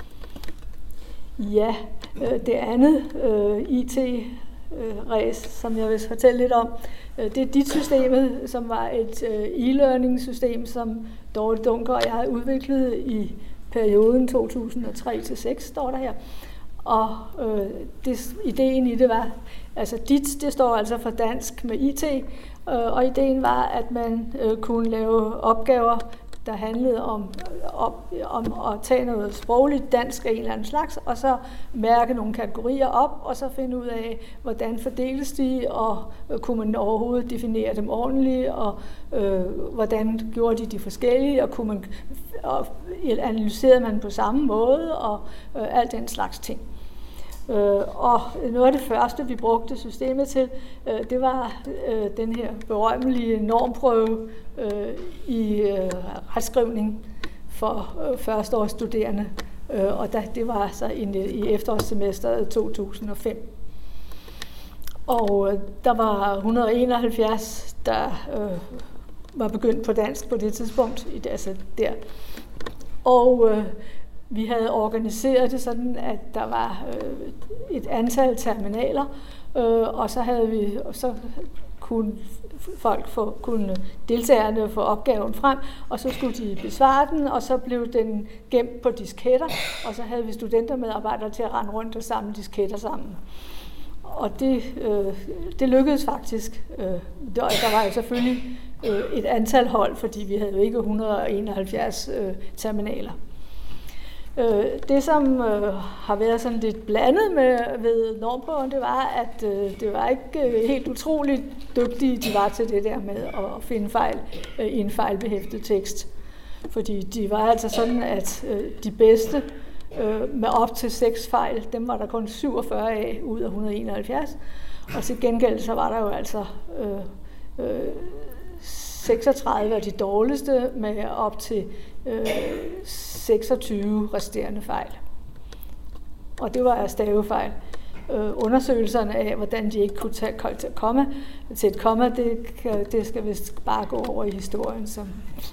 Ja, øh, det andet øh, I T ræs, som jeg vil fortælle lidt om. Det er D I T-systemet, som var et e-learning-system, som Dorte Dunker og jeg har udviklet i perioden to tusind og tre til seks, står der her. Og øh, det, ideen i det var, altså D I T, det står altså for dansk med I T, øh, og ideen var, at man øh, kunne lave opgaver, der handlede om, om, om at tage noget sprogligt dansk af en eller anden slags, og så mærke nogle kategorier op, og så finde ud af, hvordan fordeles de, og øh, kunne man overhovedet definere dem ordentligt, og øh, hvordan gjorde de de forskellige, og kunne man og analyserede man på samme måde, og øh, alt den slags ting. Øh, og noget af det første, vi brugte systemet til, øh, det var øh, den her berømmelige normprøve øh, i øh, retskrivning for øh, førsteårsstuderende. Øh, og da, det var altså i, i efterårssemesteret to tusind og fem. Og øh, der var et hundrede og enoghalvfjerds, der øh, var begyndt på dansk på det tidspunkt, altså der. Og øh, vi havde organiseret det sådan, at der var øh, et antal terminaler, øh, og så havde vi, så kunne folk få, kunne deltagerne få opgaven frem, og så skulle de besvare den, og så blev den gemt på disketter, og så havde vi studentermedarbejdere til at rende rundt og samle disketter sammen. Og det, øh, det lykkedes faktisk. Øh, der var jo selvfølgelig øh, et antal hold, fordi vi havde jo ikke et hundrede og enoghalvfjerds øh, terminaler. Øh, det, som øh, har været sådan lidt blandet med ved normprøven, det var, at øh, det var ikke øh, helt utroligt dygtige, de var til det der med at finde fejl øh, i en fejlbehæftet tekst. Fordi de var altså sådan, at øh, de bedste øh, med op til seks fejl, dem var der kun syvogfyrre af ud af et hundrede og enoghalvfjerds. Og til gengæld så var der jo altså øh, øh, seksogtredive af de dårligste med op til øh, seksogtyve resterende fejl. Og det var stavefejl. Øh, undersøgelserne af, hvordan de ikke kunne tage komma til et komma, det, det skal vist bare gå over i historien. Som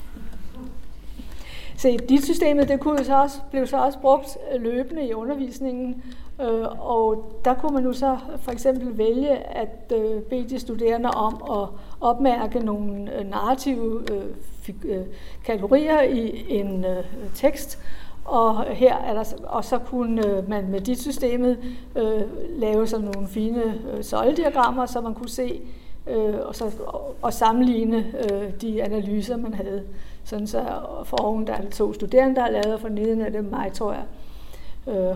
Se, dit systemet, det kunne så også, blev så også brugt løbende i undervisningen, øh, og der kunne man nu så for eksempel vælge at øh, bede de studerende om at opmærke nogle øh, narrative øh, fig, øh, kategorier i en øh, tekst, og her er der, og så kunne øh, man med dit systemet øh, lave sådan nogle fine øh, søjlediagrammer, så man kunne se øh, og, så, og, og sammenligne øh, de analyser, man havde. Sådan så for oven der er to studerende, der har lavet, og for neden er det mig, tror jeg. Øh,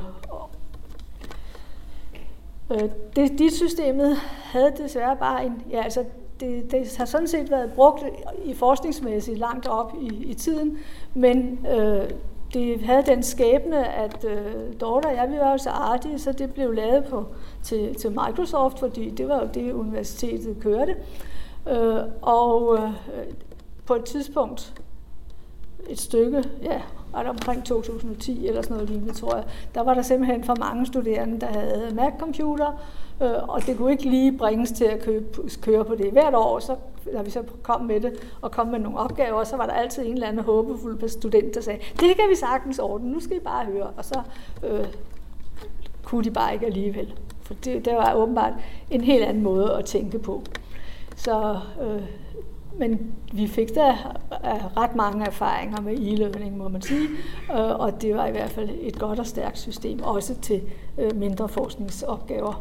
øh, det, dit systemet havde desværre bare en, ja altså, det, det har sådan set været brugt i forskningsmæssigt langt op i, i tiden, men øh, det havde den skæbne, at øh, Dorte og jeg, vi var jo så artige, så det blev lavet på, til, til Microsoft, fordi det var jo det, universitetet kørte. Øh, og øh, på et tidspunkt, et stykke, ja, var det omkring to tusind og ti eller sådan noget lignende, tror jeg, der var der simpelthen for mange studerende, der havde Mac-computer, øh, og det kunne ikke lige bringes til at købe, køre på det hvert år. Så da vi så kom med det og kom med nogle opgaver, så var der altid en eller anden håbefuld student, der sagde, det kan vi sagtens ordne, nu skal I bare høre. Og så øh, kunne de bare ikke alligevel. For det, det var åbenbart en helt anden måde at tænke på. Så øh, Men vi fik da ret mange erfaringer med e-learning, må man sige, og det var i hvert fald et godt og stærkt system, også til mindre forskningsopgaver.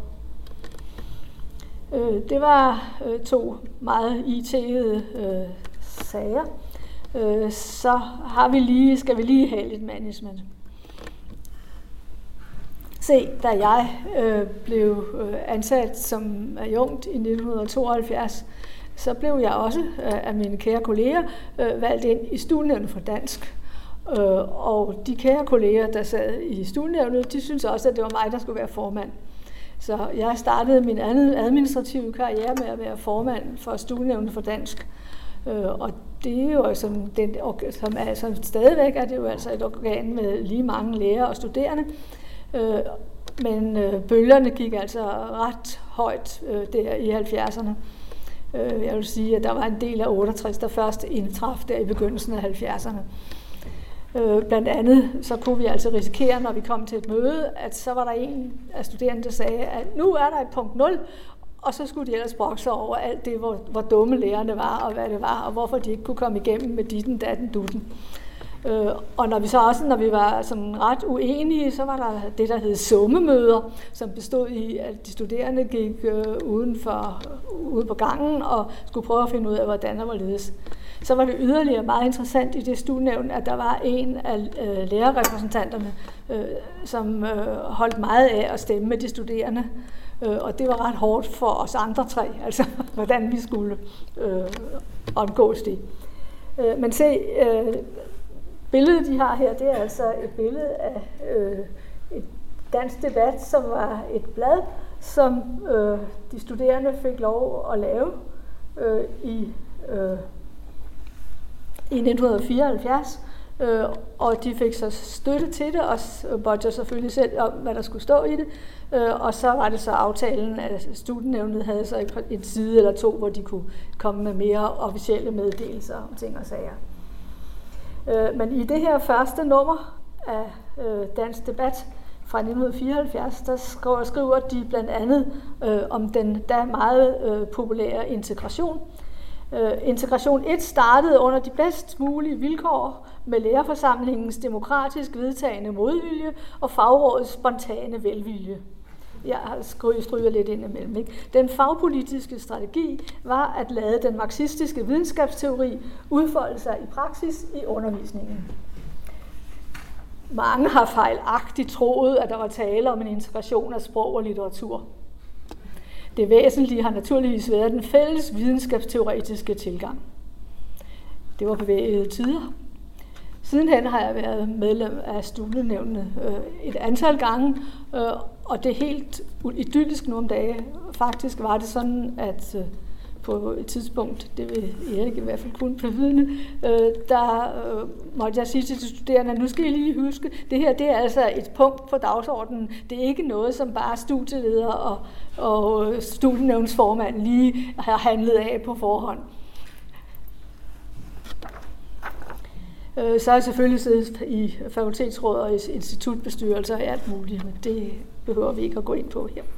Det var to meget I T'ede sager. Så har vi lige, skal vi lige have lidt management. Se, da jeg blev ansat som adjunkt i nitten tooghalvfjerds, så blev jeg også af mine kære kolleger valgt ind i studienævnet for dansk. Og de kære kolleger, der sad i studienævnet, de syntes også, at det var mig, der skulle være formand. Så jeg startede min anden administrative karriere med at være formand for studienævnet for dansk. Og det er jo som, den, som, er, som stadigvæk er det jo altså et organ med lige mange lærere og studerende. Men bølgerne gik altså ret højt der i halvfjerdserne. Jeg vil sige, at der var en del af otteogtres, der først indtraf der i begyndelsen af halvfjerdserne. Blandt andet så kunne vi altså risikere, når vi kom til et møde, at så var der en af studerende, der sagde, at nu er der et punkt nul, og så skulle de ellers brokse over alt det, hvor, hvor dumme lærerne var, og hvad det var, og hvorfor de ikke kunne komme igennem med ditten, datten, dutten. Øh, og når vi så også, når vi var sådan ret uenige, så var der det, der hed summemøder, som bestod i, at de studerende gik øh, uden for, ude på gangen og skulle prøve at finde ud af, hvordan der var ledes. Så var det yderligere meget interessant i det studienævn, at der var en af øh, lærerrepræsentanterne, øh, som øh, holdt meget af at stemme med de studerende. Øh, og det var ret hårdt for os andre tre, altså hvordan vi skulle øh, omgås det. Øh, men se, øh, billedet, de har her, det er altså et billede af øh, et dansk debat, som var et blad, som øh, de studerende fik lov at lave øh, i, øh, i nitten fireoghalvfjerds. Øh, og de fik så støtte til det, og måtte selvfølgelig selv om, hvad der skulle stå i det. Øh, og så var det så aftalen, at studienævnet havde så en side eller to, hvor de kunne komme med mere officielle meddelelser om ting og sager. Men i det her første nummer af øh, Dansk Debat fra fra nitten fireoghalvfjerds, der skriver, skriver de blandt andet øh, om den da meget øh, populære integration. Øh, integration et startede under de bedst mulige vilkår med lærerforsamlingens demokratisk vedtagende modvilje og fagrådets spontane velvilje. Jeg har stryger lidt ind imellem. Ikke? Den fagpolitiske strategi var at lade den marxistiske videnskabsteori udfolde sig i praksis i undervisningen. Mange har fejlagtigt troet, at der var tale om en integration af sprog og litteratur. Det væsentlige har naturligvis været den fælles videnskabsteoretiske tilgang. Det var bevægede tider. Sidenhen har jeg været medlem af studienævnene et antal gange, og det er helt idyllisk nogle dage. Faktisk var det sådan, at på et tidspunkt, det vil Erik i hvert fald kunne bevidne, der måtte jeg sige til de studerende, at nu skal I lige huske, det her det er altså et punkt på dagsordenen. Det er ikke noget, som bare studieleder og, og studienævnsformand lige har handlet af på forhånd. Så har jeg selvfølgelig siddet i fakultetsråd og i institutbestyrelser og alt muligt, men det behøver vi ikke at gå ind på her.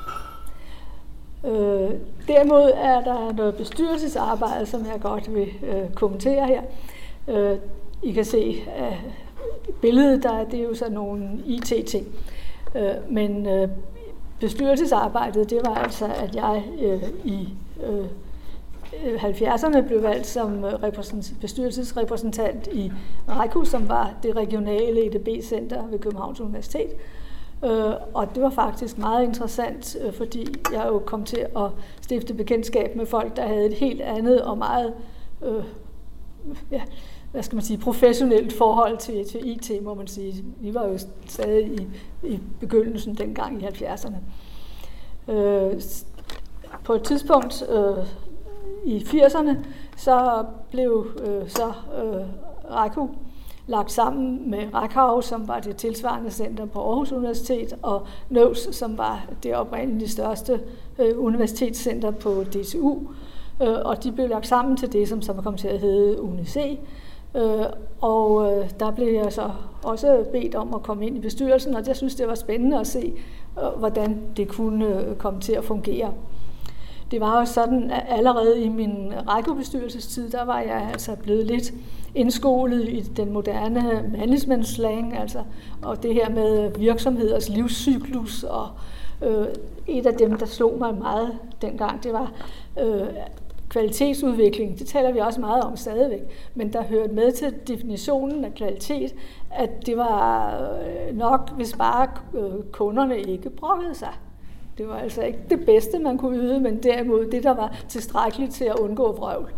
Øh, derimod er der noget bestyrelsesarbejde, som jeg godt vil øh, kommentere her. Øh, I kan se øh, billedet, der det er jo så nogle I T-ting. Øh, men øh, bestyrelsesarbejdet, det var altså, at jeg øh, i øh, halvfjerdserne blev valgt som bestyrelsesrepræsentant i RECU, som var det regionale E D B-center ved Københavns Universitet. Uh, og det var faktisk meget interessant, uh, fordi jeg jo kom til at stifte bekendtskab med folk, der havde et helt andet og meget, uh, ja, hvad skal man sige, professionelt forhold til, til I T, må man sige. Vi var jo stadig i, i begyndelsen dengang i halvfjerdserne. Uh, på et tidspunkt uh, i firserne, så blev uh, så uh, RECU lagt sammen med RECHAU, som var det tilsvarende center på Aarhus Universitet, og NOVS, som var det oprindeligt største øh, universitetscenter på D T U. Øh, og de blev lagt sammen til det, som så kom til at hedde U N I C. Øh, og øh, der blev jeg så også bedt om at komme ind i bestyrelsen, og jeg synes, det var spændende at se, øh, hvordan det kunne øh, komme til at fungere. Det var jo sådan, at allerede i min RECU-bestyrelsestid, der var jeg altså blevet lidt indskolet i den moderne management-slang, altså, og det her med virksomheders livscyklus, og øh, et af dem, der slog mig meget dengang, det var øh, kvalitetsudvikling. Det taler vi også meget om stadigvæk, men der hørte med til definitionen af kvalitet, at det var nok, hvis bare kunderne ikke brokkede sig. Det var altså ikke det bedste, man kunne yde, men derimod det, der var tilstrækkeligt til at undgå vrøvl.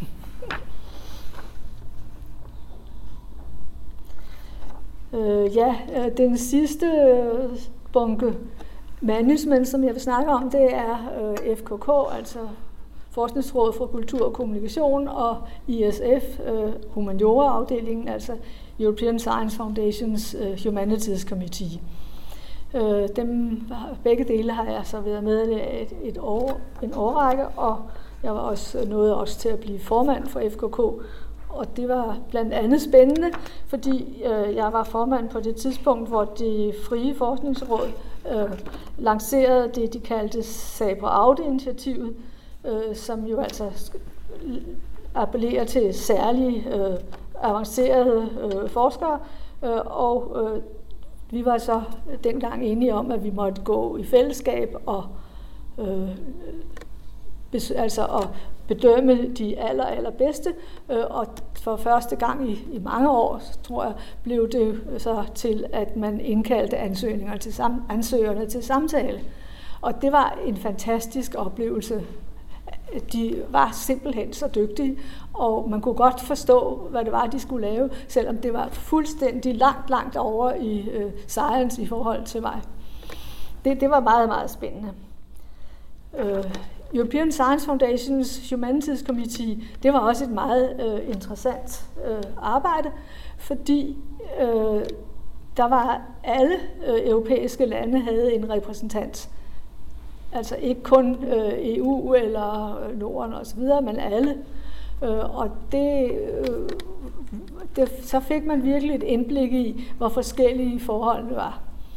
øh, ja, den sidste bunke management, som jeg vil snakke om, det er øh, F K K, altså Forskningsrådet for Kultur og Kommunikation, og I S F, øh, Humaniora-afdelingen, altså European Science Foundation's øh, Humanities Committee. Øh, dem, begge dele har jeg så været med i et, et år, en årrække, og jeg var også nået også til at blive formand for F K K. Og det var blandt andet spændende, fordi øh, jeg var formand på det tidspunkt, hvor det frie forskningsråd øh, lancerede det, de kaldte Sabre-Aude-initiativet, øh, som jo altså appellerer til særlige øh, avancerede øh, forskere, øh, og øh, vi var så dengang enige om, at vi måtte gå i fællesskab og øh, bes, altså at bedømme de aller, allerbedste. Øh, og for første gang i, i mange år, tror jeg, blev det så til, at man indkaldte ansøgninger til sam, ansøgerne til samtale. Og det var en fantastisk oplevelse. De var simpelthen så dygtige, og man kunne godt forstå, hvad det var, de skulle lave, selvom det var fuldstændig langt, langt over i øh, science i forhold til mig. Det, det var meget, meget spændende. Øh, European Science Foundation's Humanities Committee, det var også et meget øh, interessant øh, arbejde, fordi øh, der var alle øh, europæiske lande havde en repræsentant. Altså ikke kun øh, E U eller Norden og så videre, men alle. Øh, og det, øh, det, så fik man virkelig et indblik i, hvor forskellige forholdene var.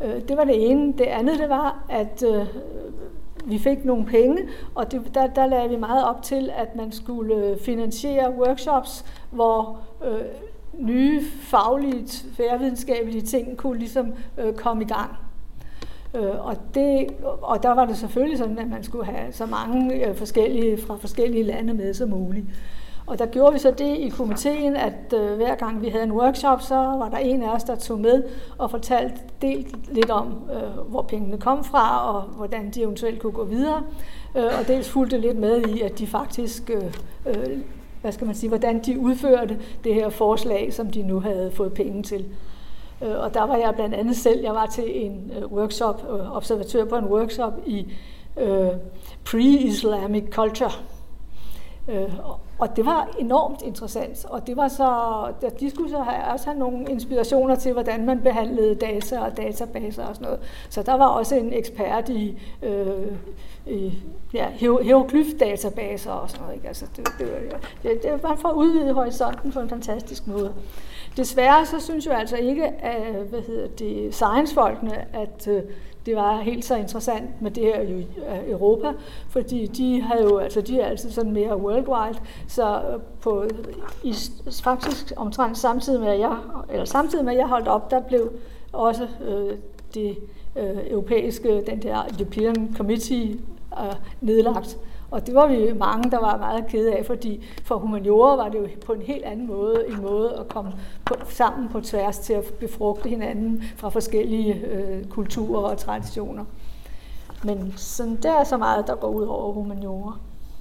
Det var det ene. Det andet, det var, at øh, vi fik nogle penge, og det, der, der lagde vi meget op til, at man skulle finansiere workshops, hvor øh, nye faglige, tværvidenskabelige ting kunne ligesom øh, komme i gang. Øh, og, det, og der var det selvfølgelig sådan, at man skulle have så mange øh, forskellige fra forskellige lande med som muligt. Og der gjorde vi så det i komiteen, at øh, hver gang vi havde en workshop, så var der en af os, der tog med og fortalte delt lidt om, øh, hvor pengene kom fra, og hvordan de eventuelt kunne gå videre. Øh, og dels fulgte lidt med i, at de faktisk, øh, øh, hvad skal man sige, hvordan de udførte det her forslag, som de nu havde fået penge til. Øh, og der var jeg blandt andet selv, jeg var til en øh, workshop, øh, observatør på en workshop i øh, pre-Islamic culture. Øh, og det var enormt interessant, og det var så, de skulle så have, også have nogle inspirationer til, hvordan man behandlede data og databaser og sådan noget. Så der var også en ekspert i, øh, i ja, hieroglyf-databaser og sådan noget. Ikke? Altså, det, det, det, det var for at udvide horisonten på en fantastisk måde. Desværre så synes jeg altså ikke, at hvad hedder det, science-folkene, at øh, det var helt så interessant med det her i Europa, fordi de havde jo, altså de er altid sådan mere worldwide, så på i, faktisk omtrent samtidig med at jeg, eller samtidig med at jeg holdt op, der blev også øh, det øh, europæiske, den der European Committee øh, nedlagt. Og det var vi mange, der var meget kede af, fordi for humaniora var det jo på en helt anden måde, en måde at komme på, sammen på tværs til at befrugte hinanden fra forskellige øh, kulturer og traditioner. Men sådan, der er så meget, der går ud over humaniora.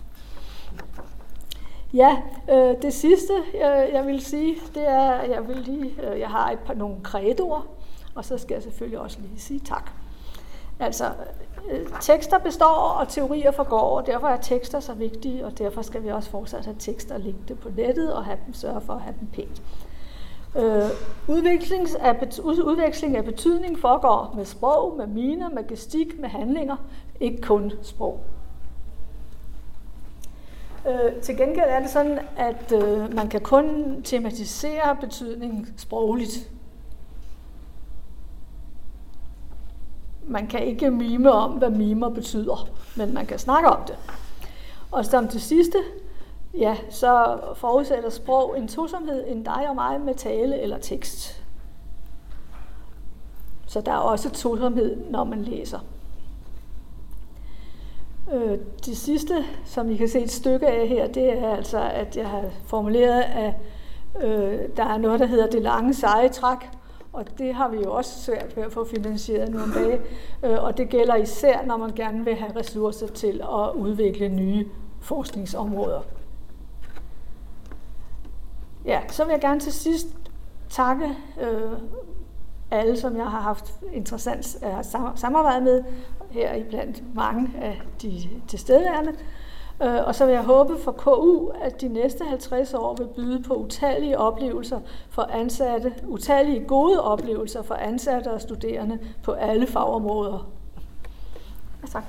Ja, øh, det sidste, jeg, jeg vil sige, det er, at jeg, vil lige, øh, jeg har et par, nogle credoer, og så skal jeg selvfølgelig også lige sige tak. Altså, tekster består, og teorier forgår, og derfor er tekster så vigtige, og derfor skal vi også fortsat have tekster liggende på nettet og have dem, sørge for at have dem pænt. Øh, udveksling, af, udveksling af betydning foregår med sprog, med miner, med gestik, med handlinger, ikke kun sprog. Øh, til gengæld er det sådan, at øh, man kan kun tematisere betydning sprogligt. Man kan ikke mime om, hvad mimer betyder, men man kan snakke om det. Og som det sidste, ja, så forudsætter sprog en tosomhed end dig og mig med tale eller tekst. Så der er også tosomhed, når man læser. Øh, det sidste, som I kan se et stykke af her, det er altså, at jeg har formuleret, at øh, der er noget, der hedder det lange seje træk. Og det har vi jo også svært ved at få finansieret nogle dage. Og det gælder især, når man gerne vil have ressourcer til at udvikle nye forskningsområder. Ja, så vil jeg gerne til sidst takke øh, alle, som jeg har haft interessant at samarbejde med, her iblandt mange af de tilstedeværende. Og så vil jeg håbe for K U, at de næste halvtreds år vil byde på utallige oplevelser for ansatte, utallige gode oplevelser for ansatte og studerende på alle fagområder. Ja, tak.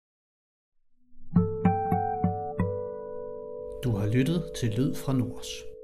Du har lyttet til Lyd fra Nors.